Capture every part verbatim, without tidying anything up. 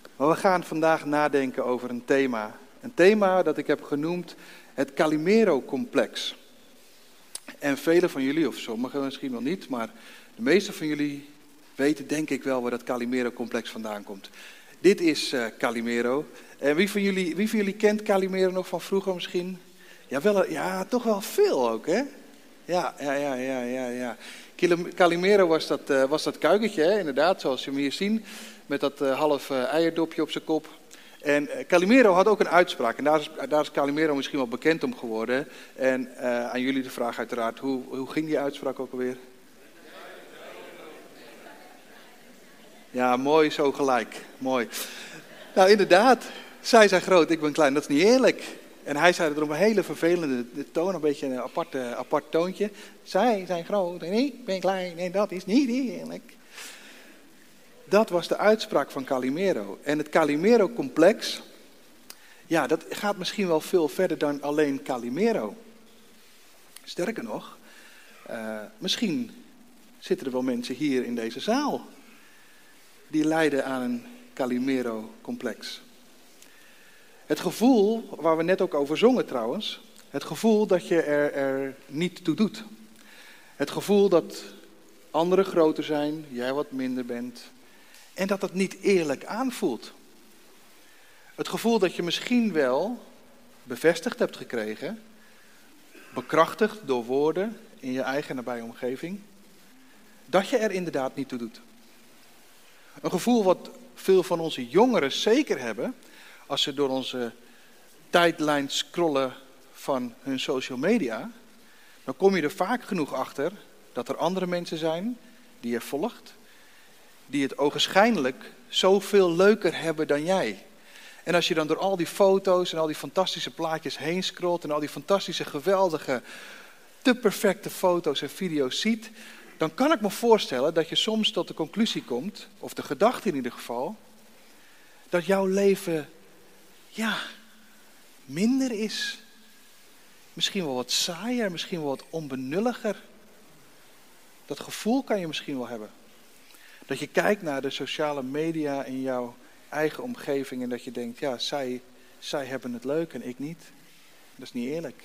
Maar we gaan vandaag nadenken over een thema. Een thema dat ik heb genoemd het Calimero-complex. En velen van jullie, of sommigen misschien wel niet, maar de meeste van jullie weten denk ik wel waar dat Calimero-complex vandaan komt. Dit is uh, Calimero. En wie van, jullie, wie van jullie kent Calimero nog van vroeger misschien? Ja, wel, ja, toch wel veel ook, hè? Ja, ja, ja, ja, ja. ja. Calimero was dat, uh, was dat kuikentje, hè? Inderdaad, zoals je hem hier ziet, met dat uh, half uh, eierdopje op zijn kop. En uh, Calimero had ook een uitspraak, en daar is, daar is Calimero misschien wel bekend om geworden. En uh, aan jullie de vraag uiteraard, hoe, hoe ging die uitspraak ook alweer? Ja, mooi zo gelijk, mooi. Nou inderdaad, zij zijn groot, ik ben klein, dat is niet eerlijk. En hij zei er op een hele vervelende toon, een beetje een apart, uh, apart toontje. Zij zijn groot en ik ben klein en dat is niet eerlijk. Dat was de uitspraak van Calimero. En het Calimero-complex, ja, dat gaat misschien wel veel verder dan alleen Calimero. Sterker nog, uh, misschien zitten er wel mensen hier in deze zaal die lijden aan een Calimero-complex. Het gevoel, waar we net ook over zongen trouwens, het gevoel dat je er, er niet toe doet. Het gevoel dat anderen groter zijn, jij wat minder bent. En dat het niet eerlijk aanvoelt. Het gevoel dat je misschien wel bevestigd hebt gekregen, bekrachtigd door woorden in je eigen nabije omgeving, dat je er inderdaad niet toe doet. Een gevoel wat veel van onze jongeren zeker hebben, als ze door onze tijdlijn scrollen van hun social media, dan kom je er vaak genoeg achter dat er andere mensen zijn die je volgt, die het ogenschijnlijk zoveel leuker hebben dan jij. En als je dan door al die foto's en al die fantastische plaatjes heen scrolt en al die fantastische, geweldige, te perfecte foto's en video's ziet, dan kan ik me voorstellen dat je soms tot de conclusie komt, of de gedachte in ieder geval, dat jouw leven, ja, minder is. Misschien wel wat saaier, misschien wel wat onbenulliger. Dat gevoel kan je misschien wel hebben. Dat je kijkt naar de sociale media in jouw eigen omgeving en dat je denkt, ja, zij, zij hebben het leuk en ik niet. Dat is niet eerlijk.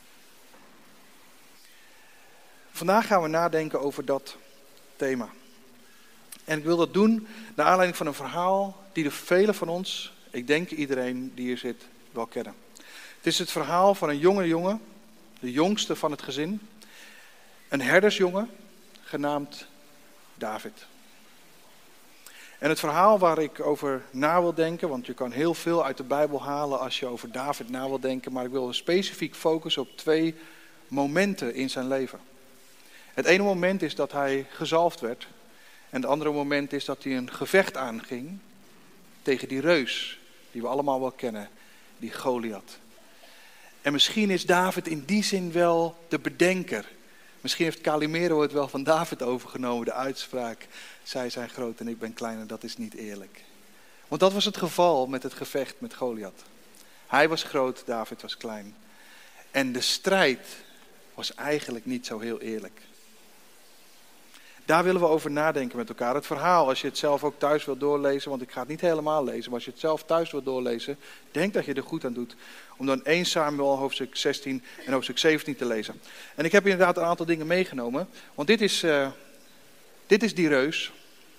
Vandaag gaan we nadenken over dat thema. En ik wil dat doen naar aanleiding van een verhaal die de velen van ons, ik denk iedereen die hier zit, wel kennen. Het is het verhaal van een jonge jongen, de jongste van het gezin. Een herdersjongen, genaamd David. En het verhaal waar ik over na wil denken, want je kan heel veel uit de Bijbel halen als je over David na wil denken, maar ik wil specifiek focussen op twee momenten in zijn leven. Het ene moment is dat hij gezalfd werd en het andere moment is dat hij een gevecht aanging tegen die reus, die we allemaal wel kennen, die Goliath. En misschien is David in die zin wel de bedenker. Misschien heeft Calimero het wel van David overgenomen, de uitspraak, zij zijn groot en ik ben klein en dat is niet eerlijk. Want dat was het geval met het gevecht met Goliath. Hij was groot, David was klein. En de strijd was eigenlijk niet zo heel eerlijk. Daar willen we over nadenken met elkaar. Het verhaal, als je het zelf ook thuis wilt doorlezen, want ik ga het niet helemaal lezen, maar als je het zelf thuis wilt doorlezen, denk dat je er goed aan doet om dan eerste Samuel hoofdstuk zestien en hoofdstuk zeventien te lezen. En ik heb inderdaad een aantal dingen meegenomen, want dit is, uh, dit is die reus,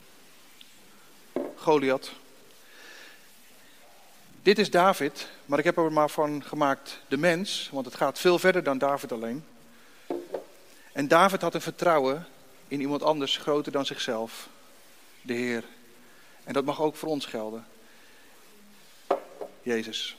Goliath. Dit is David, maar ik heb er maar van gemaakt de mens, want het gaat veel verder dan David alleen. En David had een vertrouwen in iemand anders groter dan zichzelf, de Heer. En dat mag ook voor ons gelden. Jezus.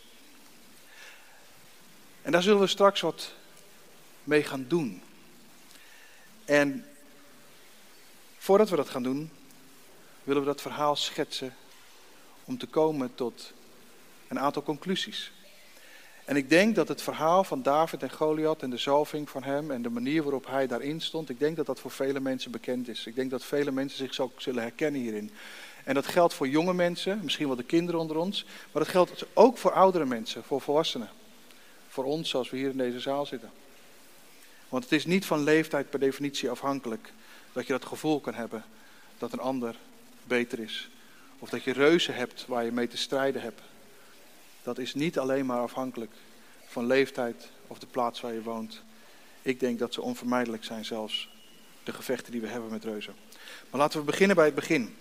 En daar zullen we straks wat mee gaan doen. En voordat we dat gaan doen, willen we dat verhaal schetsen om te komen tot een aantal conclusies. En ik denk dat het verhaal van David en Goliath en de zalving van hem en de manier waarop hij daarin stond, ik denk dat dat voor vele mensen bekend is. Ik denk dat vele mensen zich ook zullen herkennen hierin. En dat geldt voor jonge mensen, misschien wel de kinderen onder ons, maar dat geldt ook voor oudere mensen, voor volwassenen. Voor ons, zoals we hier in deze zaal zitten. Want het is niet van leeftijd per definitie afhankelijk dat je dat gevoel kan hebben dat een ander beter is of dat je reuzen hebt waar je mee te strijden hebt. Dat is niet alleen maar afhankelijk van leeftijd of de plaats waar je woont. Ik denk dat ze onvermijdelijk zijn zelfs, de gevechten die we hebben met reuzen. Maar laten we beginnen bij het begin.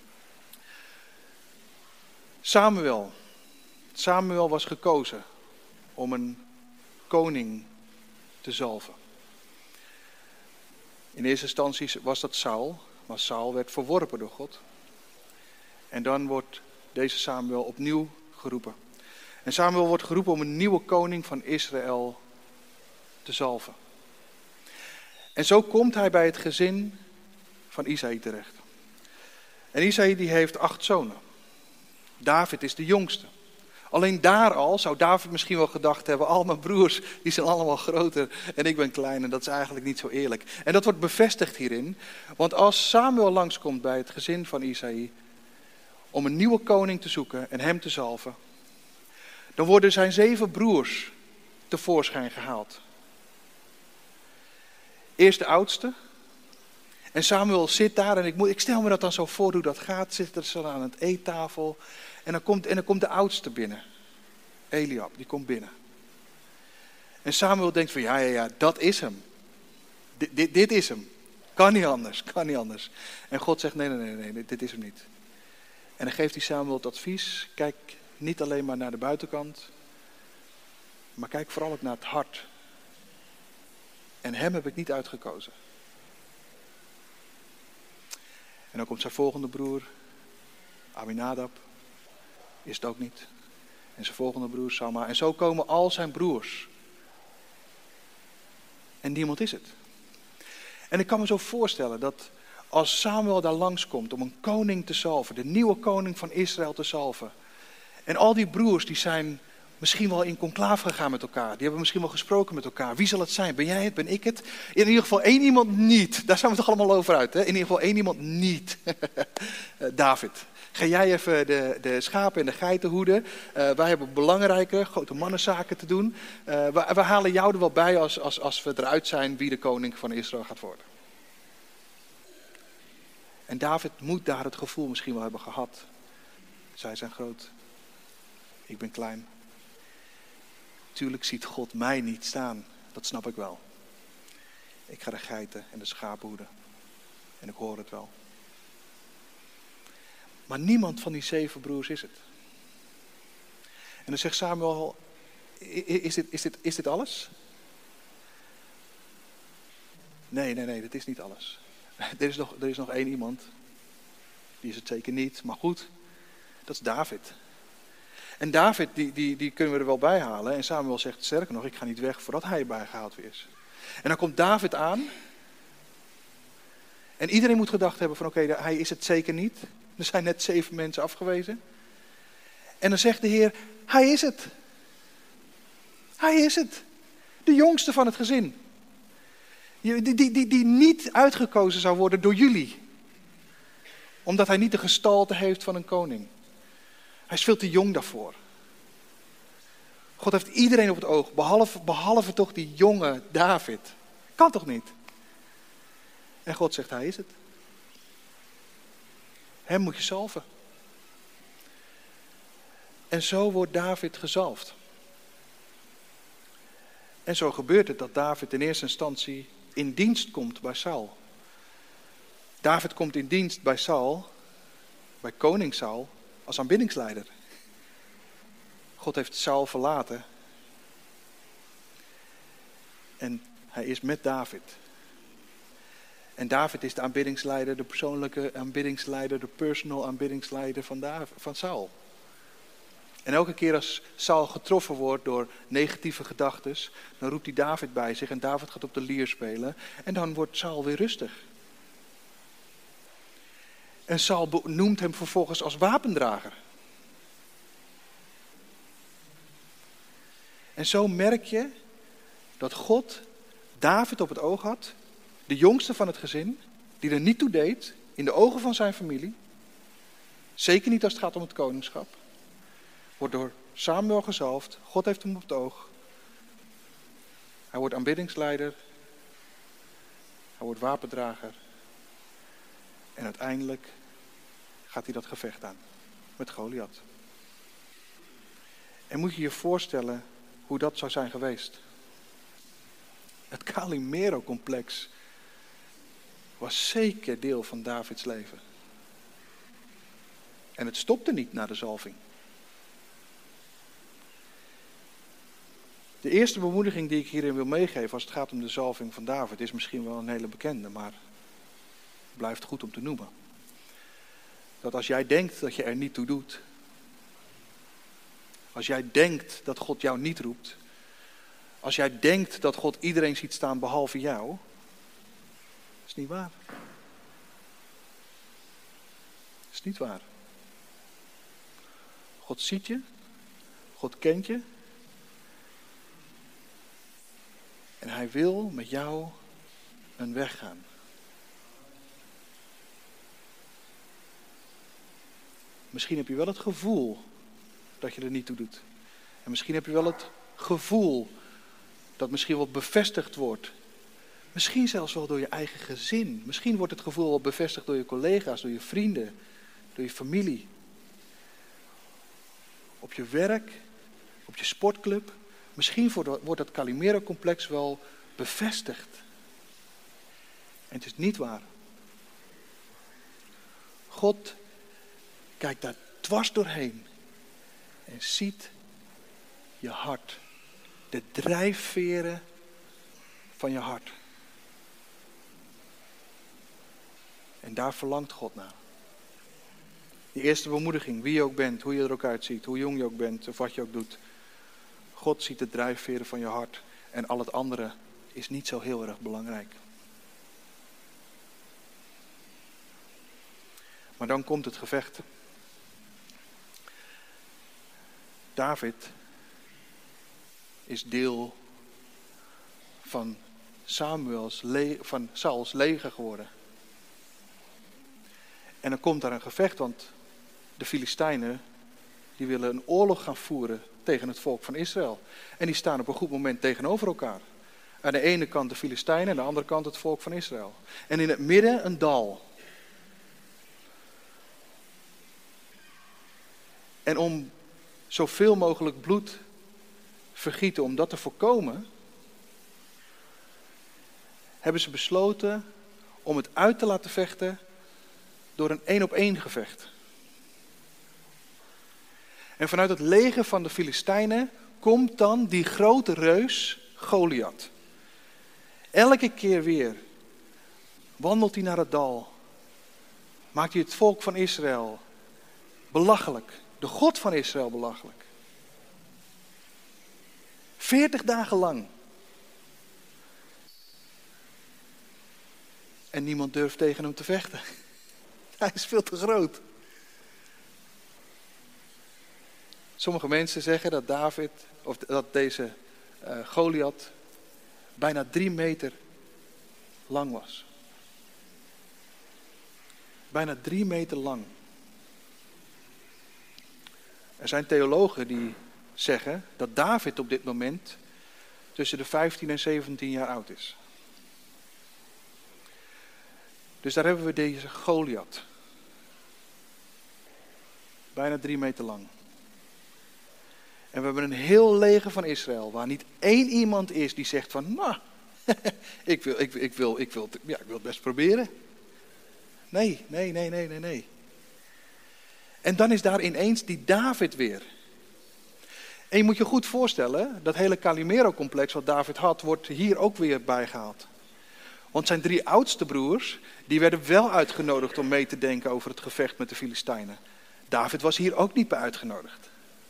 Samuel. Samuel was gekozen om een koning te zalven. In eerste instantie was dat Saul, maar Saul werd verworpen door God. En dan wordt deze Samuel opnieuw geroepen. En Samuel wordt geroepen om een nieuwe koning van Israël te zalven. En zo komt hij bij het gezin van Isaï terecht. En Isaï die heeft acht zonen. David is de jongste. Alleen daar al zou David misschien wel gedacht hebben, al mijn broers die zijn allemaal groter en ik ben klein en dat is eigenlijk niet zo eerlijk. En dat wordt bevestigd hierin, want als Samuel langskomt bij het gezin van Isaï om een nieuwe koning te zoeken en hem te zalven, dan worden zijn zeven broers tevoorschijn gehaald. Eerst de oudste. En Samuel zit daar en ik, moet, ik stel me dat dan zo voor hoe dat gaat. Zit er zo aan het eettafel. En dan, komt, en dan komt de oudste binnen. Eliab, die komt binnen. En Samuel denkt van ja, ja, ja, dat is hem. D- dit, dit is hem. Kan niet anders, kan niet anders. En God zegt nee, nee, nee, nee, dit is hem niet. En dan geeft hij Samuel het advies. Kijk niet alleen maar naar de buitenkant. Maar kijk vooral ook naar het hart. En hem heb ik niet uitgekozen. En dan komt zijn volgende broer, Aminadab, is het ook niet. En zijn volgende broer, Samma. En zo komen al zijn broers. En niemand is het. En ik kan me zo voorstellen dat als Samuel daar langskomt om een koning te zalven, de nieuwe koning van Israël te zalven. En al die broers die zijn misschien wel in conclaaf gegaan met elkaar. Die hebben misschien wel gesproken met elkaar. Wie zal het zijn? Ben jij het? Ben ik het? In ieder geval één iemand niet. Daar zijn we toch allemaal over uit. Hè? In ieder geval één iemand niet. David. Ga jij even de, de schapen en de geiten hoeden. Uh, wij hebben belangrijke, grote mannenzaken te doen. Uh, we, we halen jou er wel bij als, als, als we eruit zijn wie de koning van Israël gaat worden. En David moet daar het gevoel misschien wel hebben gehad. Zij zijn groot. Ik ben klein. Tuurlijk ziet God mij niet staan. Dat snap ik wel. Ik ga de geiten en de schapen hoeden. En ik hoor het wel. Maar niemand van die zeven broers is het. En dan zegt Samuel, is dit, is dit, is dit alles? Nee, nee, nee, dit is niet alles. Er is nog, er is nog één iemand. Die is het zeker niet, maar goed. Dat is David. En David, die, die, die kunnen we er wel bij halen. En Samuel zegt, sterker nog, ik ga niet weg voordat hij erbij gehaald weer is. En dan komt David aan. En iedereen moet gedacht hebben van, oké, okay, hij is het zeker niet. Er zijn net zeven mensen afgewezen. En dan zegt de Heer, hij is het. Hij is het. De jongste van het gezin. Die, die, die, die niet uitgekozen zou worden door jullie. Omdat hij niet de gestalte heeft van een koning. Hij is veel te jong daarvoor. God heeft iedereen op het oog, behalve, behalve toch die jonge David. Kan toch niet? En God zegt, hij is het. Hem moet je zalven. En zo wordt David gezalfd. En zo gebeurt het dat David in eerste instantie in dienst komt bij Saul. David komt in dienst bij Saul, bij koning Saul, als aanbiddingsleider. God heeft Saul verlaten. En hij is met David. En David is de aanbiddingsleider, de persoonlijke aanbiddingsleider, de personal aanbiddingsleider van, David, van Saul. En elke keer als Saul getroffen wordt door negatieve gedachten, dan roept hij David bij zich en David gaat op de lier spelen. En dan wordt Saul weer rustig. En Saul noemt hem vervolgens als wapendrager. En zo merk je dat God David op het oog had, de jongste van het gezin, die er niet toe deed in de ogen van zijn familie. Zeker niet als het gaat om het koningschap. Wordt door Samuel gezalfd. God heeft hem op het oog. Hij wordt aanbiddingsleider. Hij wordt wapendrager. En uiteindelijk gaat hij dat gevecht aan. met Goliath. En moet je je voorstellen hoe dat zou zijn geweest. Het Calimero-complex was zeker deel van Davids leven. En het stopte niet na de zalving. De eerste bemoediging die ik hierin wil meegeven als het gaat om de zalving van David is misschien wel een hele bekende, maar blijft goed om te noemen. Dat als jij denkt dat je er niet toe doet, als jij denkt dat God jou niet roept, als jij denkt dat God iedereen ziet staan behalve jou, dat is niet waar. Dat is niet waar. God ziet je, God kent je en hij wil met jou een weg gaan. Misschien heb je wel het gevoel dat je er niet toe doet. En misschien heb je wel het gevoel dat misschien wel bevestigd wordt. Misschien zelfs wel door je eigen gezin. Misschien wordt het gevoel wel bevestigd door je collega's, door je vrienden, door je familie. Op je werk, op je sportclub. Misschien wordt dat Calimero-complex wel bevestigd. En het is niet waar. God kijkt daar dwars doorheen en ziet je hart. De drijfveren van je hart. En daar verlangt God naar. Die eerste bemoediging, wie je ook bent, hoe je er ook uitziet, hoe jong je ook bent of wat je ook doet. God ziet de drijfveren van je hart en al het andere is niet zo heel erg belangrijk. Maar dan komt het gevecht. David is deel van, Samuels le- van Sauls leger geworden. En dan komt daar een gevecht, want de Filistijnen die willen een oorlog gaan voeren tegen het volk van Israël. En die staan op een goed moment tegenover elkaar. Aan de ene kant de Filistijnen, aan de andere kant het volk van Israël. En in het midden een dal. En om zoveel mogelijk bloed vergieten, om dat te voorkomen, hebben ze besloten om het uit te laten vechten door een één-op-één gevecht. En vanuit het leger van de Filistijnen komt dan die grote reus Goliath. Elke keer weer wandelt hij naar het dal. Maakt hij het volk van Israël belachelijk. De God van Israël belachelijk. Veertig dagen lang. En niemand durft tegen hem te vechten. Hij is veel te groot. Sommige mensen zeggen dat David, of dat deze uh, Goliath bijna drie meter lang was. Bijna drie meter lang. Er zijn theologen die zeggen dat David op dit moment tussen de vijftien en zeventien jaar oud is. Dus daar hebben we deze Goliath. Bijna drie meter lang. En we hebben een heel leger van Israël, waar niet één iemand is die zegt van, nou, ik, wil, ik, ik, wil, ik, wil, ja, ik wil het best proberen. Nee, nee, nee, nee, nee, nee. En dan is daar ineens die David weer. En je moet je goed voorstellen, dat hele Calimero-complex wat David had, wordt hier ook weer bijgehaald. Want zijn drie oudste broers, die werden wel uitgenodigd om mee te denken over het gevecht met de Filistijnen. David was hier ook niet bij uitgenodigd.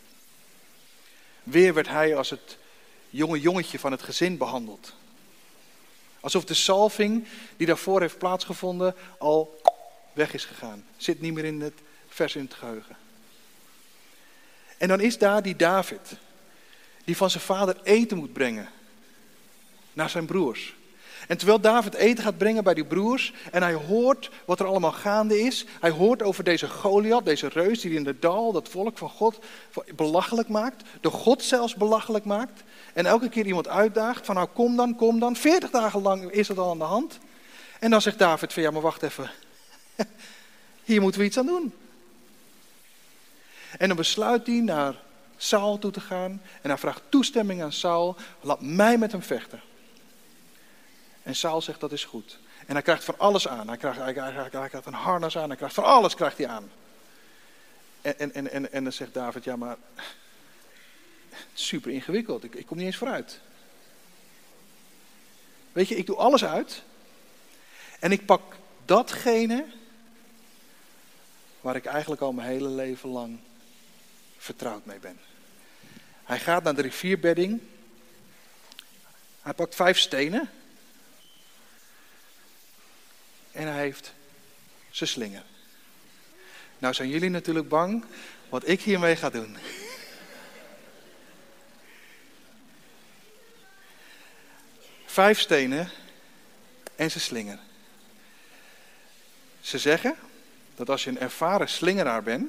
Weer werd hij als het jonge jongetje van het gezin behandeld. Alsof de salving die daarvoor heeft plaatsgevonden al weg is gegaan. Zit niet meer in het vers in het geheugen. En dan is daar die David, die van zijn vader eten moet brengen naar zijn broers. En terwijl David eten gaat brengen bij die broers en hij hoort wat er allemaal gaande is. Hij hoort over deze Goliath, deze reus die in de dal dat volk van God belachelijk maakt. De God zelfs belachelijk maakt. En elke keer iemand uitdaagt van nou kom dan, kom dan. Veertig dagen lang is dat al aan de hand. En dan zegt David van ja maar wacht even. Hier moeten we iets aan doen. En dan besluit hij naar Saul toe te gaan. En hij vraagt toestemming aan Saul. Laat mij met hem vechten. En Saul zegt dat is goed. En hij krijgt van alles aan. Hij krijgt, hij, hij, hij, hij krijgt een harnas aan. Hij krijgt van alles krijgt hij aan. En, en, en, en, en dan zegt David, ja maar, super ingewikkeld. Ik, ik kom niet eens vooruit. Weet je, ik doe alles uit. En ik pak datgene waar ik eigenlijk al mijn hele leven lang vertrouwd mee ben. Hij gaat naar de rivierbedding. Hij pakt vijf stenen. En hij heeft zijn slinger. Nou zijn jullie natuurlijk bang wat ik hiermee ga doen. Vijf stenen en zijn slinger. Ze zeggen dat als je een ervaren slingeraar bent,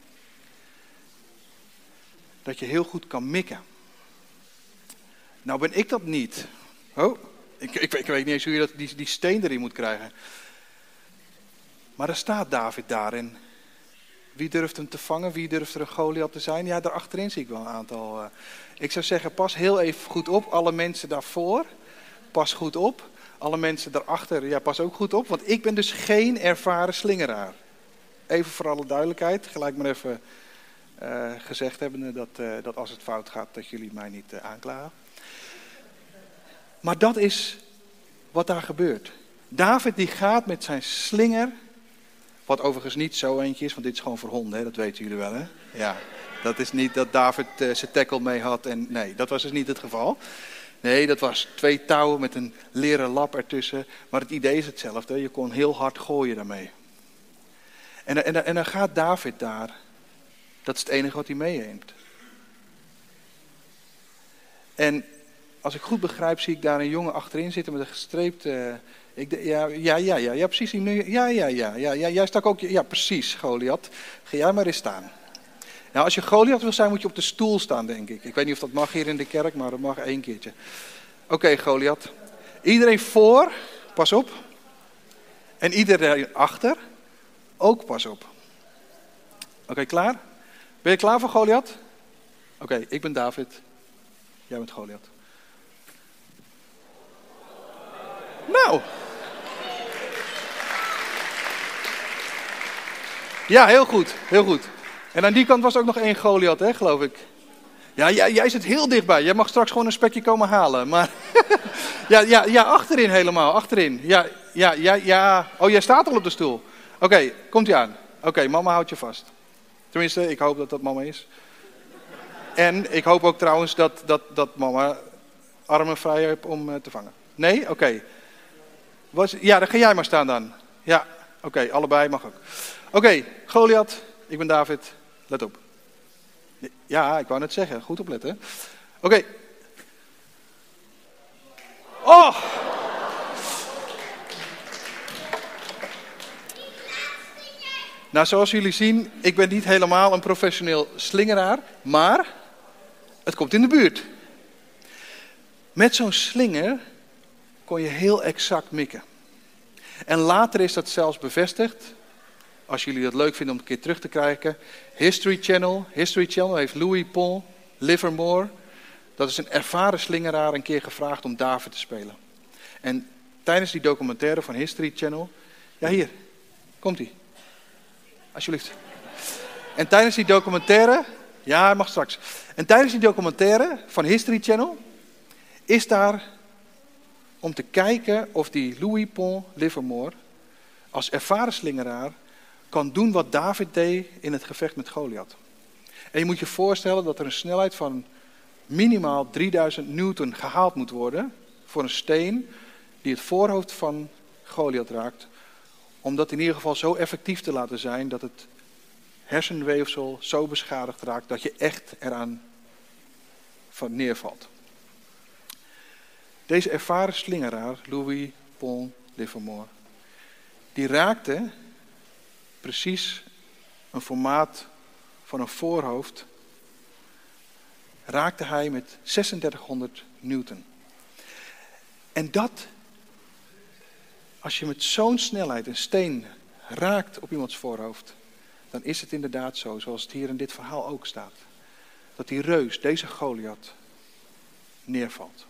dat je heel goed kan mikken. Nou ben ik dat niet. Oh, ik, ik, ik weet niet eens hoe je dat, die, die steen erin moet krijgen. Maar er staat David daarin. Wie durft hem te vangen? Wie durft er een Goliath te zijn? Ja, daar achterin zie ik wel een aantal. Uh, ik zou zeggen, pas heel even goed op. Alle mensen daarvoor, pas goed op. Alle mensen daarachter, ja, pas ook goed op. Want ik ben dus geen ervaren slingeraar. Even voor alle duidelijkheid, gelijk maar even uh, gezegd hebbende dat, uh, dat als het fout gaat, dat jullie mij niet uh, aanklagen. Maar dat is wat daar gebeurt. David die gaat met zijn slinger, wat overigens niet zo eentje is, want dit is gewoon voor honden, hè? Dat weten jullie wel, hè? Ja, dat is niet dat David uh, zijn tackle mee had en nee, dat was dus niet het geval. Nee, dat was twee touwen met een leren lap ertussen, maar het idee is hetzelfde, je kon heel hard gooien daarmee. En, en, en dan gaat David daar, dat is het enige wat hij meeneemt. En als ik goed begrijp, zie ik daar een jongen achterin zitten met een gestreept... Uh, ik, ja, ja, ja, ja, ja, precies. Ja, ja, ja, ja, ja, jij stak ook... Ja, precies, Goliath. Ga jij maar eens staan. Nou, als je Goliath wil zijn, moet je op de stoel staan, denk ik. Ik weet niet of dat mag hier in de kerk, maar dat mag één keertje. Oké, okay, Goliath. Iedereen voor, pas op. En iedereen achter, ook pas op. Oké, okay, klaar? Ben je klaar voor Goliath? Oké, okay, ik ben David. Jij bent Goliath. Nou. Ja, heel goed, heel goed. En aan die kant was ook nog één Goliath, hè, geloof ik. Ja, jij, jij zit heel dichtbij. Jij mag straks gewoon een spekje komen halen. Maar ja, ja, ja, achterin helemaal, achterin. Ja, ja, ja, ja. Oh, jij staat al op de stoel. Oké, okay, komt ie aan. Oké, okay, mama houdt je vast. Tenminste, ik hoop dat dat mama is. En ik hoop ook trouwens dat, dat, dat mama armen vrij heeft om uh, te vangen. Nee? Oké. Okay. Ja, dan ga jij maar staan dan. Ja, oké, okay, allebei mag ook. Oké, okay, Goliath, ik ben David, let op. Ja, ik wou net zeggen, goed opletten. Oké. Okay. Oh! Nou, zoals jullie zien, ik ben niet helemaal een professioneel slingeraar, maar het komt in de buurt. Met zo'n slinger kon je heel exact mikken. En later is dat zelfs bevestigd. Als jullie dat leuk vinden om een keer terug te kijken. History Channel. History Channel heeft Louis Paul Livermore. Dat is een ervaren slingeraar een keer gevraagd om David te spelen. En tijdens die documentaire van History Channel. Ja, hier. Komt-ie. Alsjeblieft. En tijdens die documentaire. Ja, hij mag straks. En tijdens die documentaire van History Channel. Is daar om te kijken of die Louis Paul Livermore als ervaren slingeraar kan doen wat David deed in het gevecht met Goliath. En je moet je voorstellen dat er een snelheid van minimaal drieduizend newton gehaald moet worden voor een steen die het voorhoofd van Goliath raakt, om dat in ieder geval zo effectief te laten zijn dat het hersenweefsel zo beschadigd raakt dat je echt eraan van neervalt. Deze ervaren slingeraar, Louis Paul Livermore, die raakte precies een formaat van een voorhoofd, raakte hij met zesentdertighonderd newton. En dat, als je met zo'n snelheid een steen raakt op iemands voorhoofd, dan is het inderdaad zo, zoals het hier in dit verhaal ook staat. Dat die reus, deze Goliath, neervalt.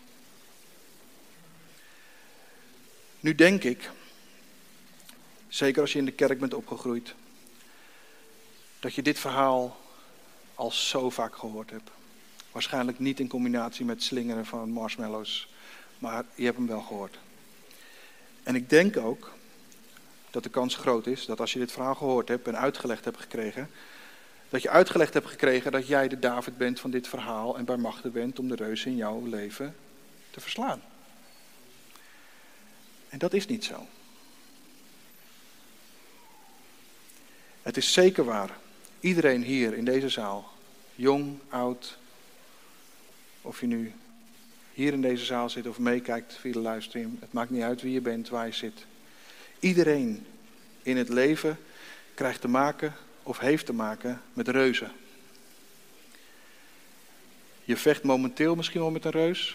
Nu denk ik, zeker als je in de kerk bent opgegroeid, dat je dit verhaal al zo vaak gehoord hebt. Waarschijnlijk niet in combinatie met slingeren van marshmallows, maar je hebt hem wel gehoord. En ik denk ook dat de kans groot is dat als je dit verhaal gehoord hebt en uitgelegd hebt gekregen, dat je uitgelegd hebt gekregen dat jij de David bent van dit verhaal en bij machte bent om de reus in jouw leven te verslaan. En dat is niet zo. Het is zeker waar. Iedereen hier in deze zaal, jong, oud, of je nu hier in deze zaal zit of meekijkt via de livestream, het maakt niet uit wie je bent, waar je zit. Iedereen in het leven krijgt te maken of heeft te maken met reuzen. Je vecht momenteel misschien wel met een reus.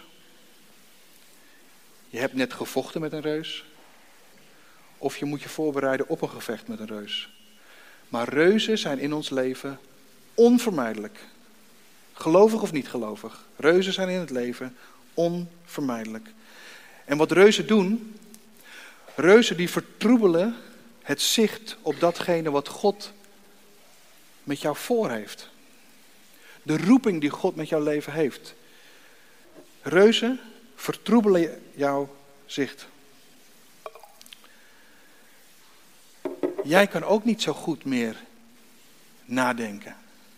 Je hebt net gevochten met een reus. Of je moet je voorbereiden op een gevecht met een reus. Maar reuzen zijn in ons leven onvermijdelijk. Gelovig of niet gelovig. Reuzen zijn in het leven onvermijdelijk. En wat reuzen doen, reuzen die vertroebelen het zicht op datgene wat God met jou voor heeft. De roeping die God met jouw leven heeft. Reuzen vertroebelen jouw zicht. Jij kan ook niet zo goed meer nadenken.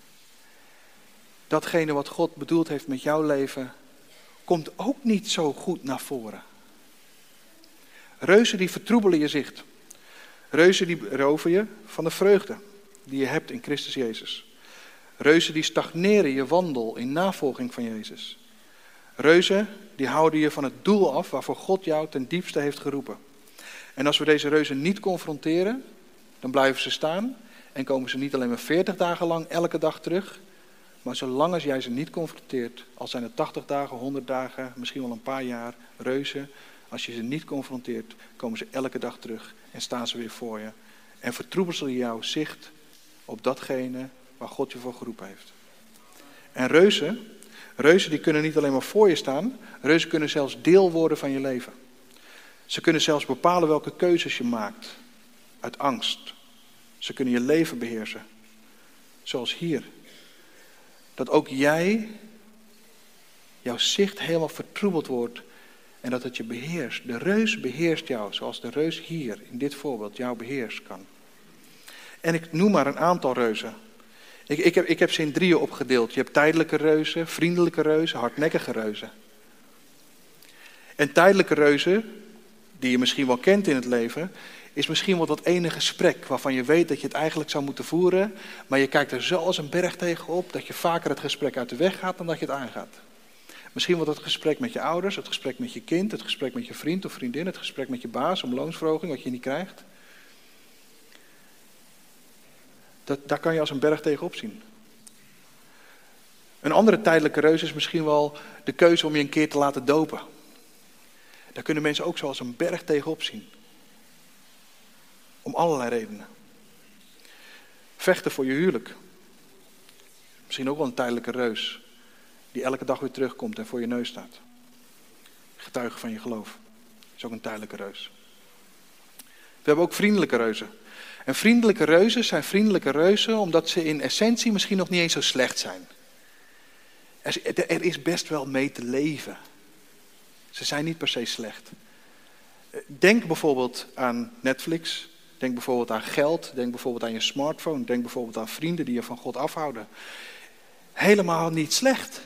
Datgene wat God bedoeld heeft met jouw leven, komt ook niet zo goed naar voren. Reuzen die vertroebelen je zicht. Reuzen die roven je van de vreugde die je hebt in Christus Jezus. Reuzen die stagneren je wandel in navolging van Jezus. Reuzen die houden je van het doel af waarvoor God jou ten diepste heeft geroepen. En als we deze reuzen niet confronteren, dan blijven ze staan en komen ze niet alleen maar veertig dagen lang elke dag terug. Maar zolang als jij ze niet confronteert, al zijn het tachtig dagen, honderd dagen, misschien wel een paar jaar, reuzen. Als je ze niet confronteert, komen ze elke dag terug en staan ze weer voor je. En vertroebelen ze jouw zicht op datgene waar God je voor geroepen heeft. En reuzen, reuzen die kunnen niet alleen maar voor je staan, reuzen kunnen zelfs deel worden van je leven. Ze kunnen zelfs bepalen welke keuzes je maakt, uit angst. Ze kunnen je leven beheersen, zoals hier. Dat ook jij, jouw zicht helemaal vertroebeld wordt en dat het je beheerst. De reus beheerst jou, zoals de reus hier in dit voorbeeld jou beheerst kan. En ik noem maar een aantal reuzen. Ik, ik, heb, ik heb ze in drieën opgedeeld. Je hebt tijdelijke reuzen, vriendelijke reuzen, hardnekkige reuzen. En tijdelijke reuzen, die je misschien wel kent in het leven, is misschien wel dat ene gesprek waarvan je weet dat je het eigenlijk zou moeten voeren, maar je kijkt er zo als een berg tegenop dat je vaker het gesprek uit de weg gaat dan dat je het aangaat. Misschien wel het gesprek met je ouders, het gesprek met je kind, het gesprek met je vriend of vriendin, het gesprek met je baas om loonsverhoging wat je niet krijgt. Dat, daar kan je als een berg tegenop zien. Een andere tijdelijke reus is misschien wel de keuze om je een keer te laten dopen. Daar kunnen mensen ook zo als een berg tegenop zien. Om allerlei redenen. Vechten voor je huwelijk. Misschien ook wel een tijdelijke reus. Die elke dag weer terugkomt en voor je neus staat. Getuige van je geloof. Is ook een tijdelijke reus. We hebben ook vriendelijke reuzen. En vriendelijke reuzen zijn vriendelijke reuzen omdat ze in essentie misschien nog niet eens zo slecht zijn. Er, er is best wel mee te leven. Ze zijn niet per se slecht. Denk bijvoorbeeld aan Netflix. Denk bijvoorbeeld aan geld. Denk bijvoorbeeld aan je smartphone. Denk bijvoorbeeld aan vrienden die je van God afhouden. Helemaal niet slecht.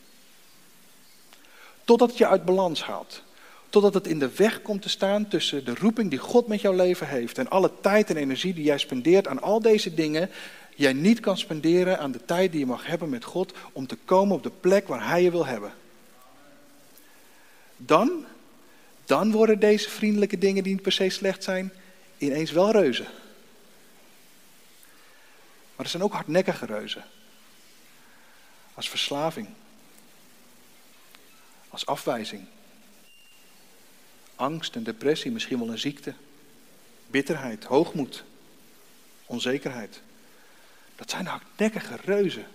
Totdat het je uit balans haalt. Totdat het in de weg komt te staan tussen de roeping die God met jouw leven heeft. En alle tijd en energie die jij spendeert aan al deze dingen. Jij niet kan spenderen aan de tijd die je mag hebben met God. Om te komen op de plek waar Hij je wil hebben. Dan, dan worden deze vriendelijke dingen die niet per se slecht zijn, ineens wel reuzen. Maar er zijn ook hardnekkige reuzen. Als verslaving. Als afwijzing. Angst en depressie, misschien wel een ziekte. Bitterheid, hoogmoed. Onzekerheid. Dat zijn hardnekkige reuzen.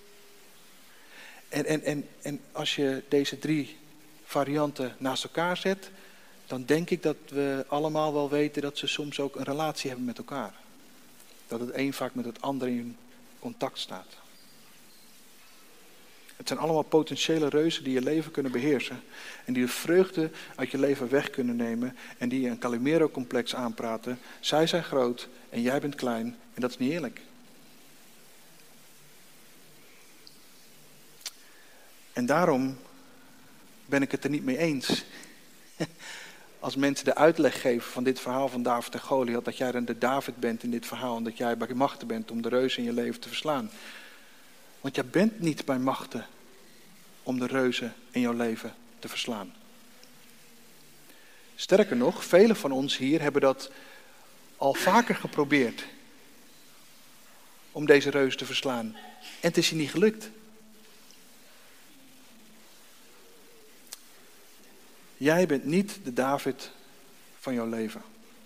En, en, en, en als je deze drie varianten naast elkaar zet, dan denk ik dat we allemaal wel weten dat ze soms ook een relatie hebben met elkaar. Dat het een vaak met het ander in contact staat. Het zijn allemaal potentiële reuzen die je leven kunnen beheersen. En die de vreugde uit je leven weg kunnen nemen. En die je een Calimero-complex aanpraten. Zij zijn groot en jij bent klein. En dat is niet eerlijk. En daarom ben ik het er niet mee eens. Als mensen de uitleg geven van dit verhaal van David en Goliath. Dat jij dan de David bent in dit verhaal. En dat jij bij machten bent om de reuzen in je leven te verslaan. Want jij bent niet bij machten om de reuzen in jouw leven te verslaan. Sterker nog, velen van ons hier hebben dat al vaker geprobeerd. Om deze reuzen te verslaan. En het is je niet gelukt. Jij bent niet de David van jouw leven.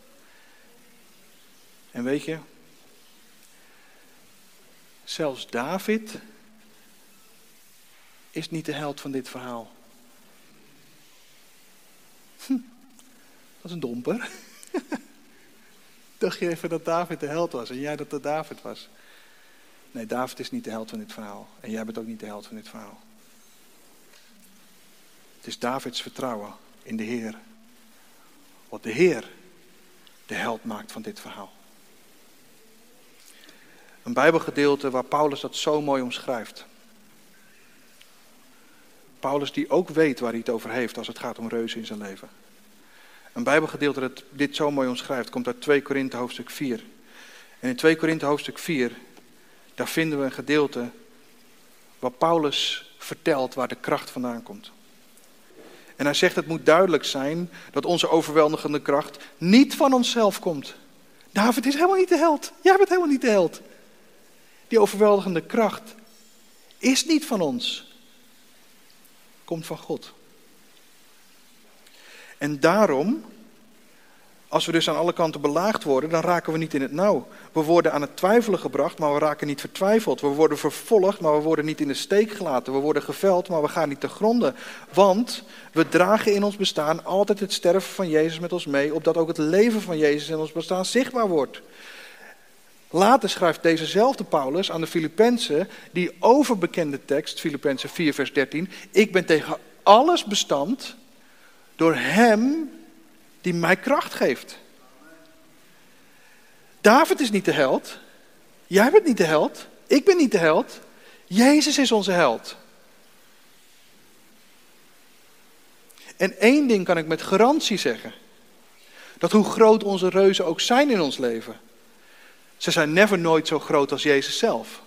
En weet je, zelfs David is niet de held van dit verhaal. Hm, dat is een domper. Dacht je even dat David de held was en jij dat de David was? Nee, David is niet de held van dit verhaal. En jij bent ook niet de held van dit verhaal. Het is Davids vertrouwen in de Heer. Wat de Heer de held maakt van dit verhaal. Een Bijbelgedeelte waar Paulus dat zo mooi omschrijft. Paulus die ook weet waar hij het over heeft als het gaat om reuzen in zijn leven. Een Bijbelgedeelte dat dit zo mooi omschrijft komt uit twee Korinthe hoofdstuk vier. En in twee Korinthe hoofdstuk vier, daar vinden we een gedeelte waar Paulus vertelt waar de kracht vandaan komt. En hij zegt het moet duidelijk zijn dat onze overweldigende kracht niet van onszelf komt. David is helemaal niet de held. Jij bent helemaal niet de held. Die overweldigende kracht is niet van ons. Komt van God. En daarom, als we dus aan alle kanten belaagd worden, dan raken we niet in het nauw. We worden aan het twijfelen gebracht, maar we raken niet vertwijfeld. We worden vervolgd, maar we worden niet in de steek gelaten. We worden geveld, maar we gaan niet te gronden. Want we dragen in ons bestaan altijd het sterven van Jezus met ons mee, opdat ook het leven van Jezus in ons bestaan zichtbaar wordt. Later schrijft dezezelfde Paulus aan de Filippenzen die overbekende tekst, Filippenzen vier vers dertien. Ik ben tegen alles bestand door hem die mij kracht geeft. David is niet de held. Jij bent niet de held. Ik ben niet de held. Jezus is onze held. En één ding kan ik met garantie zeggen. Dat hoe groot onze reuzen ook zijn in ons leven. Ze zijn never nooit zo groot als Jezus zelf.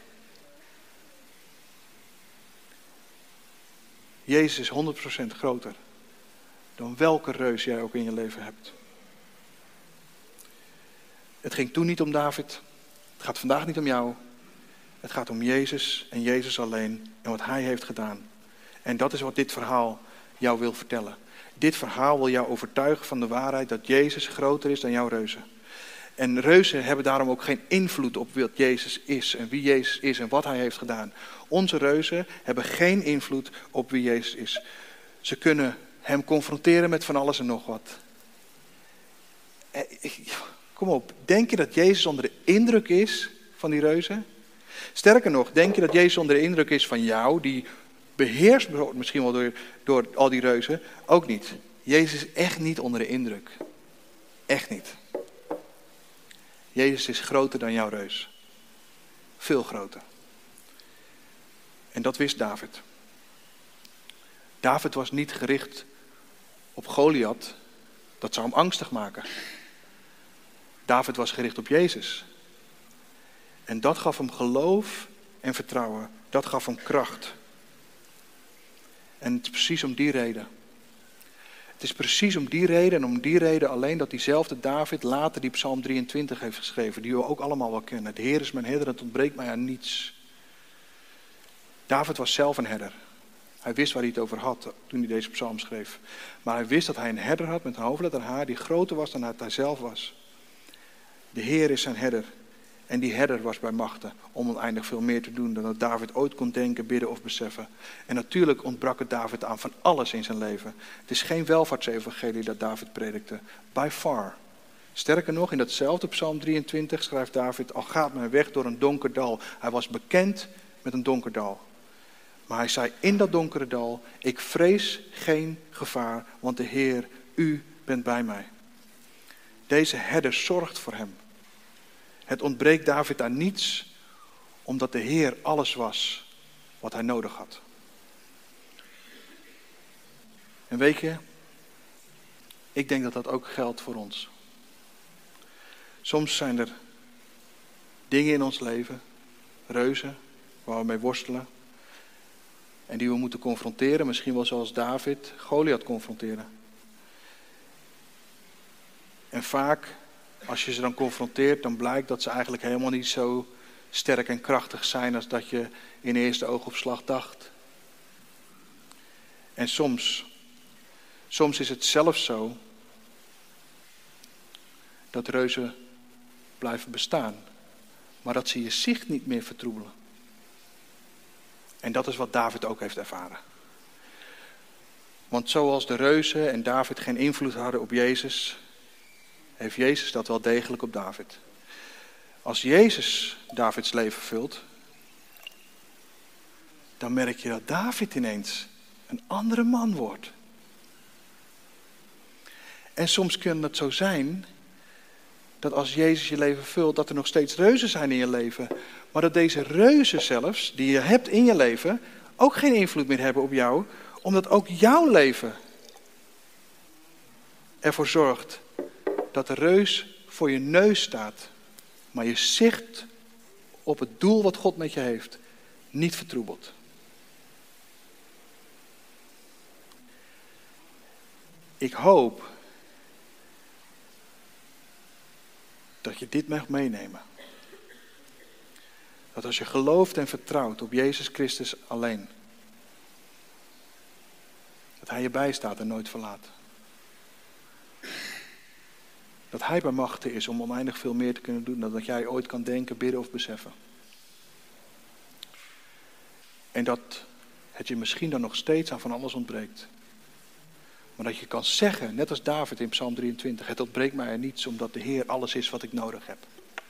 Jezus is honderd procent groter dan welke reus jij ook in je leven hebt. Het ging toen niet om David. Het gaat vandaag niet om jou. Het gaat om Jezus en Jezus alleen en wat hij heeft gedaan. En dat is wat dit verhaal jou wil vertellen. Dit verhaal wil jou overtuigen van de waarheid dat Jezus groter is dan jouw reuzen. En reuzen hebben daarom ook geen invloed op wat Jezus is en wie Jezus is en wat hij heeft gedaan. Onze reuzen hebben geen invloed op wie Jezus is. Ze kunnen hem confronteren met van alles en nog wat. Kom op, denk je dat Jezus onder de indruk is van die reuzen? Sterker nog, denk je dat Jezus onder de indruk is van jou, die beheerst wordt misschien wel door, door al die reuzen? Ook niet. Jezus is echt niet onder de indruk. Echt niet. Jezus is groter dan jouw reus. Veel groter. En dat wist David. David was niet gericht op Goliath. Dat zou hem angstig maken. David was gericht op Jezus. En dat gaf hem geloof en vertrouwen. Dat gaf hem kracht. En het is precies om die reden. Het is precies om die reden en om die reden alleen dat diezelfde David later die Psalm drieëntwintig heeft geschreven. Die we ook allemaal wel kennen. De Heer is mijn herder, het ontbreekt mij aan niets. David was zelf een herder. Hij wist waar hij het over had toen hij deze psalm schreef. Maar hij wist dat hij een herder had met een hoofdletter H die groter was dan hij zelf was. De Heer is zijn herder En die herder was bij machten om oneindig veel meer te doen dan dat David ooit kon denken, bidden of beseffen. En natuurlijk ontbrak het David aan van alles in zijn leven. Het is geen welvaartsevangelie dat David predikte. By far. Sterker nog, in datzelfde Psalm drieëntwintig schrijft David, al gaat mijn weg door een donker dal. Hij was bekend met een donker dal. Maar hij zei in dat donkere dal, ik vrees geen gevaar, want de Heer, u bent bij mij. Deze herder zorgt voor hem. Het ontbreekt David aan niets, omdat de Heer alles was wat hij nodig had. En weet je, ik denk dat dat ook geldt voor ons. Soms zijn er dingen in ons leven, reuzen, waar we mee worstelen. En die we moeten confronteren, misschien wel zoals David Goliath confronteren. En vaak, als je ze dan confronteert, dan blijkt dat ze eigenlijk helemaal niet zo sterk en krachtig zijn als dat je in eerste oogopslag dacht. En soms, soms is het zelfs zo dat reuzen blijven bestaan, maar dat ze je zicht niet meer vertroebelen. En dat is wat David ook heeft ervaren. Want zoals de reuzen en David geen invloed hadden op Jezus, heeft Jezus dat wel degelijk op David. Als Jezus Davids leven vult, dan merk je dat David ineens een andere man wordt. En soms kan het zo zijn dat als Jezus je leven vult, dat er nog steeds reuzen zijn in je leven. Maar dat deze reuzen zelfs, die je hebt in je leven, ook geen invloed meer hebben op jou. Omdat ook jouw leven ervoor zorgt dat de reus voor je neus staat. Maar je zicht op het doel wat God met je heeft, niet vertroebelt. Ik hoop dat je dit mag meenemen. Dat als je gelooft en vertrouwt op Jezus Christus alleen, dat Hij je bijstaat en nooit verlaat. Dat Hij bij machten is om oneindig veel meer te kunnen doen dan dat jij ooit kan denken, bidden of beseffen. En dat het je misschien dan nog steeds aan van alles ontbreekt. Maar dat je kan zeggen, net als David in Psalm drieëntwintig, het ontbreekt mij er niets omdat de Heer alles is wat ik nodig heb.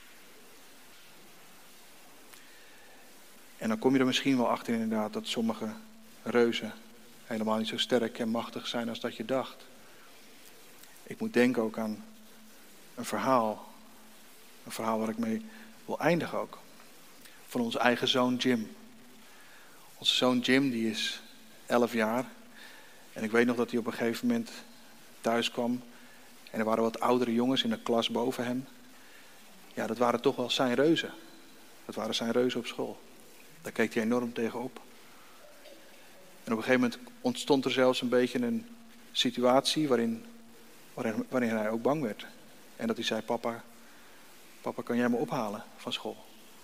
En dan kom je er misschien wel achter inderdaad dat sommige reuzen helemaal niet zo sterk en machtig zijn als dat je dacht. Ik moet denken ook aan een verhaal, een verhaal waar ik mee wil eindigen ook. Van onze eigen zoon Jim. Onze zoon Jim die is elf jaar. En ik weet nog dat hij op een gegeven moment thuis kwam. En er waren wat oudere jongens in de klas boven hem. Ja, dat waren toch wel zijn reuzen. Dat waren zijn reuzen op school. Daar keek hij enorm tegenop. En op een gegeven moment ontstond er zelfs een beetje een situatie waarin, waarin, waarin hij ook bang werd. En dat hij zei, papa, papa kan jij me ophalen van school?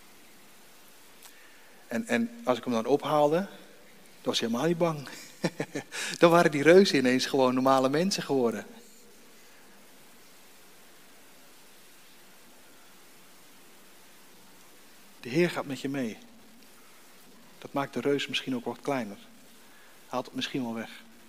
En, en als ik hem dan ophaalde, dan was hij helemaal niet bang. Dan waren die reuzen ineens gewoon normale mensen geworden. De Heer gaat met je mee. Dat maakt de reus misschien ook wat kleiner. Haalt het misschien wel weg.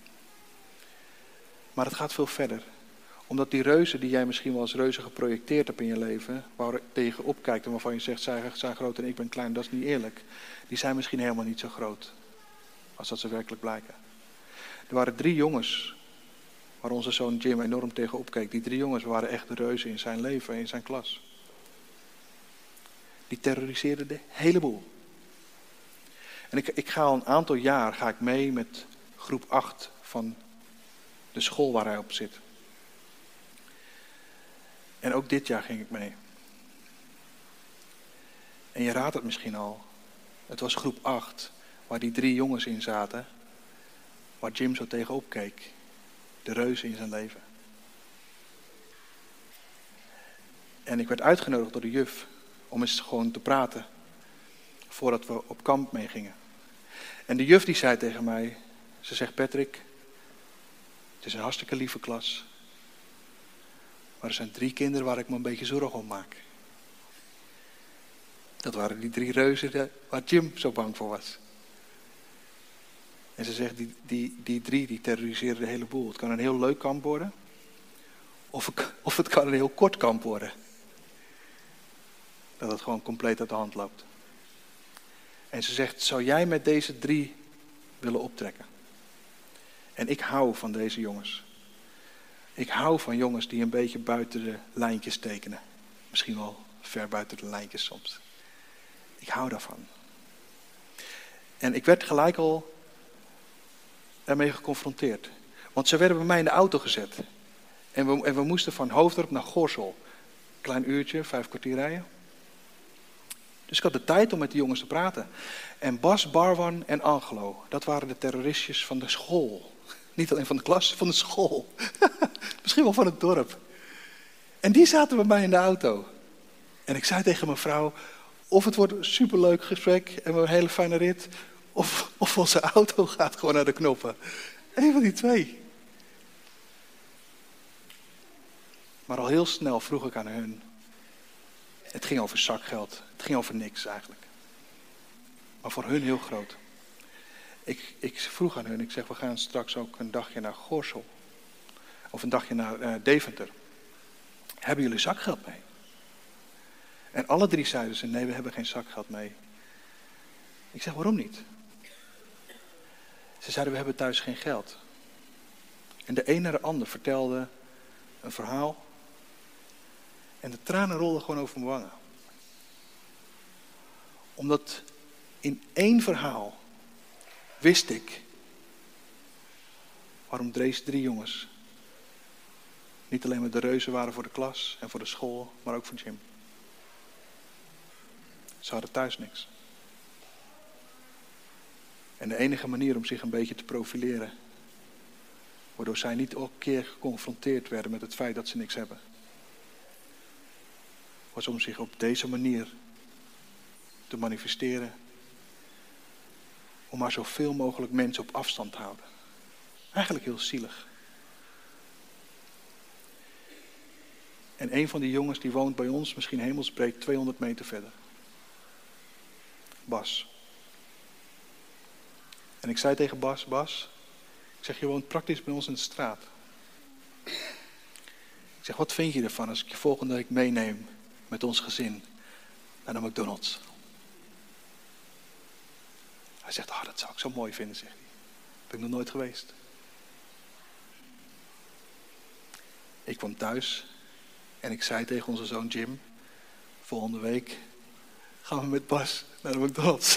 Maar het gaat veel verder. Omdat die reuzen die jij misschien wel als reuzen geprojecteerd hebt in je leven, waar je tegen opkijkt en waarvan je zegt, zij zijn groot en ik ben klein, dat is niet eerlijk. Die zijn misschien helemaal niet zo groot. Als dat ze werkelijk blijken. Er waren drie jongens waar onze zoon Jim enorm tegen opkeek. Die drie jongens waren echt de reuzen in zijn leven, in zijn klas. Die terroriseerden de hele boel. En ik, ik ga al een aantal jaar ga ik mee met groep acht van de school waar hij op zit. En ook dit jaar ging ik mee. En je raadt het misschien al. Het was groep acht waar die drie jongens in zaten. Waar Jim zo tegenop keek. De reuzen in zijn leven. En ik werd uitgenodigd door de juf om eens gewoon te praten. Voordat we op kamp meegingen. En de juf die zei tegen mij. Ze zegt, Patrick. Het is een hartstikke lieve klas. Maar er zijn drie kinderen waar ik me een beetje zorgen om maak. Dat waren die drie reuzen waar Jim zo bang voor was. En ze zegt, die, die, die drie die terroriseren de hele boel. Het kan een heel leuk kamp worden. Of, of het kan een heel kort kamp worden. Dat het gewoon compleet uit de hand loopt. En ze zegt, zou jij met deze drie willen optrekken? En ik hou van deze jongens. Ik hou van jongens die een beetje buiten de lijntjes tekenen. Misschien wel ver buiten de lijntjes soms. Ik hou daarvan. En ik werd gelijk al ermee geconfronteerd. Want ze werden bij mij in de auto gezet. En we, en we moesten van Hoofddorp naar Gorssel. Klein uurtje, vijf kwartier rijden. Dus ik had de tijd om met die jongens te praten. En Bas, Barwan en Angelo, dat waren de terroristjes van de school. Niet alleen van de klas, van de school. Misschien wel van het dorp. En die zaten bij mij in de auto. En ik zei tegen mijn vrouw, of het wordt een superleuk gesprek en we hebben een hele fijne rit, of, of onze auto gaat gewoon naar de knoppen. Eén van die twee. Maar al heel snel vroeg ik aan hun. Het ging over zakgeld. Het ging over niks eigenlijk. Maar voor hun heel groot. Ik, ik vroeg aan hun, ik zeg, we gaan straks ook een dagje naar Gorssel. Of een dagje naar uh, Deventer. Hebben jullie zakgeld mee? En alle drie zeiden ze, nee, we hebben geen zakgeld mee. Ik zeg, waarom niet? Ze zeiden, we hebben thuis geen geld. En de een naar de ander vertelde een verhaal. En de tranen rolden gewoon over mijn wangen. Omdat in één verhaal wist ik waarom deze drie jongens niet alleen maar de reuzen waren voor de klas en voor de school, maar ook voor Jim. Ze hadden thuis niks. En de enige manier om zich een beetje te profileren, waardoor zij niet elke keer geconfronteerd werden met het feit dat ze niks hebben, was om zich op deze manier te manifesteren. Om maar zoveel mogelijk mensen op afstand te houden. Eigenlijk heel zielig. En een van die jongens die woont bij ons, misschien hemelsbreed, tweehonderd meter verder. Bas. En ik zei tegen Bas, Bas, ik zeg, je woont praktisch bij ons in de straat. Ik zeg, wat vind je ervan als ik je volgende week meeneem met ons gezin naar de McDonald's? Hij zegt, oh, dat zou ik zo mooi vinden, zegt hij. Ben ik nog nooit geweest. Ik kwam thuis en ik zei tegen onze zoon Jim, volgende week gaan we met Bas naar de McDonald's.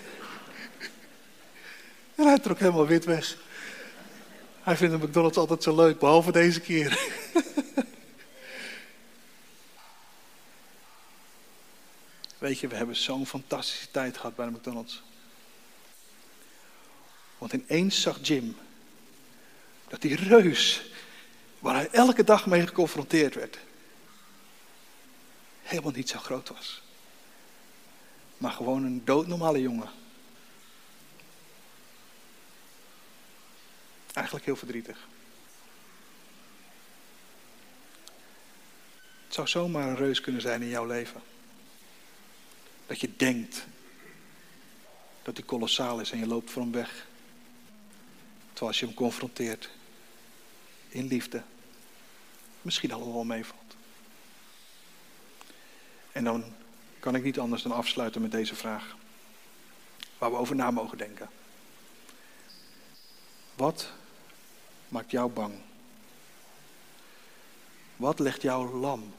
En hij trok helemaal wit weg. Hij vindt de McDonald's altijd zo leuk, behalve deze keer. Weet je, we hebben zo'n fantastische tijd gehad bij de McDonald's. Want ineens zag Jim dat die reus, waar hij elke dag mee geconfronteerd werd, helemaal niet zo groot was. Maar gewoon een doodnormale jongen. Eigenlijk heel verdrietig. Het zou zomaar een reus kunnen zijn in jouw leven. Dat je denkt dat hij kolossaal is en je loopt voor hem weg. Terwijl als je hem confronteert in liefde, misschien allemaal meevalt. En dan kan ik niet anders dan afsluiten met deze vraag. Waar we over na mogen denken. Wat maakt jou bang? Wat legt jou lam?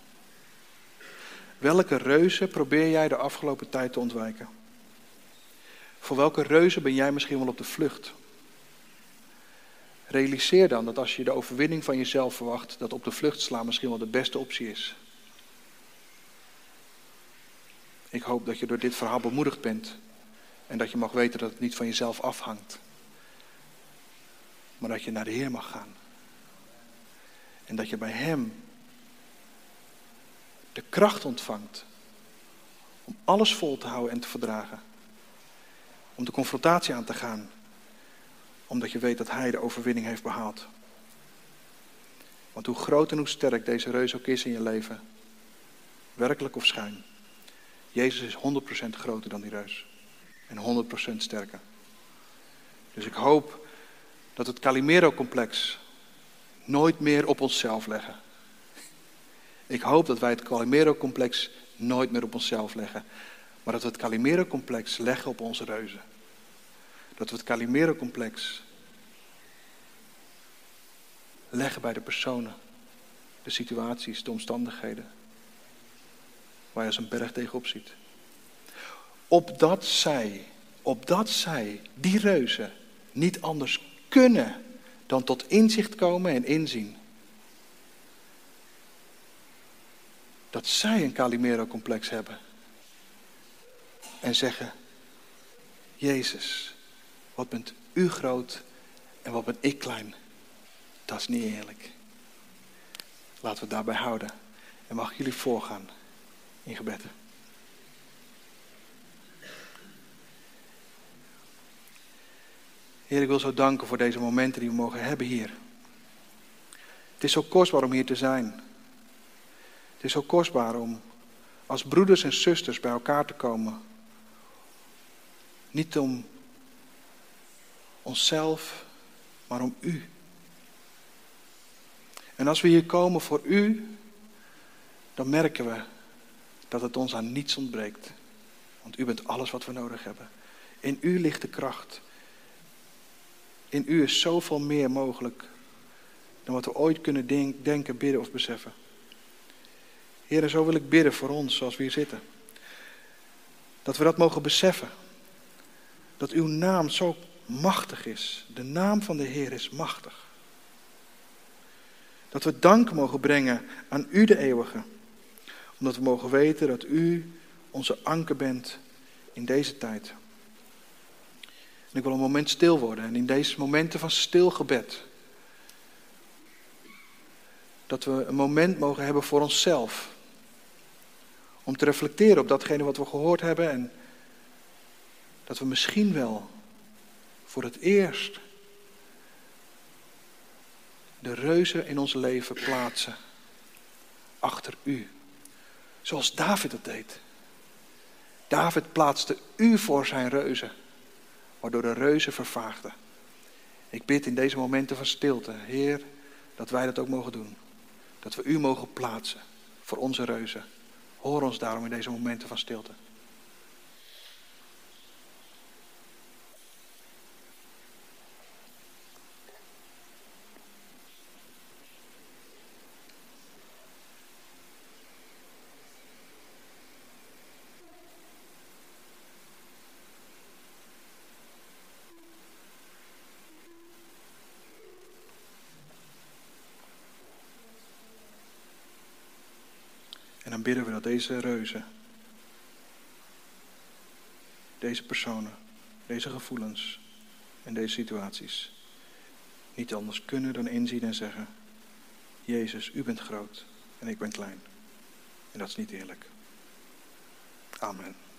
Welke reuzen probeer jij de afgelopen tijd te ontwijken? Voor welke reuzen ben jij misschien wel op de vlucht? Realiseer dan dat als je de overwinning van jezelf verwacht, dat op de vlucht slaan misschien wel de beste optie is. Ik hoop dat je door dit verhaal bemoedigd bent en dat je mag weten dat het niet van jezelf afhangt. Maar dat je naar de Heer mag gaan. En dat je bij Hem de kracht ontvangt om alles vol te houden en te verdragen. Om de confrontatie aan te gaan. Omdat je weet dat Hij de overwinning heeft behaald. Want hoe groot en hoe sterk deze reus ook is in je leven, werkelijk of schuin, Jezus is honderd procent groter dan die reus. En honderd procent sterker. Dus ik hoop dat het Calimero-complex nooit meer op onszelf leggen. Ik hoop dat wij het Calimero-complex nooit meer op onszelf leggen. Maar dat we het Calimero-complex leggen op onze reuzen. Dat we het Calimero-complex leggen bij de personen, de situaties, de omstandigheden. Waar je als een berg tegenop ziet. Opdat zij, opdat zij, die reuzen, niet anders kunnen dan tot inzicht komen en inzien. Dat zij een Calimero-complex hebben. En zeggen, Jezus, wat bent u groot en wat ben ik klein. Dat is niet eerlijk. Laten we het daarbij houden. En mag ik jullie voorgaan in gebed. Heer, ik wil zo danken voor deze momenten die we mogen hebben hier. Het is zo kostbaar om hier te zijn. Het is zo kostbaar om als broeders en zusters bij elkaar te komen. Niet om onszelf, maar om u. En als we hier komen voor u, dan merken we dat het ons aan niets ontbreekt. Want u bent alles wat we nodig hebben. In u ligt de kracht. In u is zoveel meer mogelijk dan wat we ooit kunnen denk- denken, bidden of beseffen. Heer, en zo wil ik bidden voor ons zoals we hier zitten. Dat we dat mogen beseffen. Dat uw naam zo machtig is. De naam van de Heer is machtig. Dat we dank mogen brengen aan u de eeuwige. Omdat we mogen weten dat u onze anker bent in deze tijd. En ik wil een moment stil worden. En in deze momenten van stil gebed. Dat we een moment mogen hebben voor onszelf. Om te reflecteren op datgene wat we gehoord hebben. En dat we misschien wel voor het eerst de reuzen in ons leven plaatsen. Achter u. Zoals David dat deed. David plaatste u voor zijn reuzen. Waardoor de reuzen vervaagden. Ik bid in deze momenten van stilte, Heer, dat wij dat ook mogen doen. Dat we u mogen plaatsen voor onze reuzen. Hoor ons daarom in deze momenten van stilte. En dan bidden we dat deze reuzen, deze personen, deze gevoelens en deze situaties niet anders kunnen dan inzien en zeggen, Jezus, u bent groot en ik ben klein. En dat is niet eerlijk. Amen.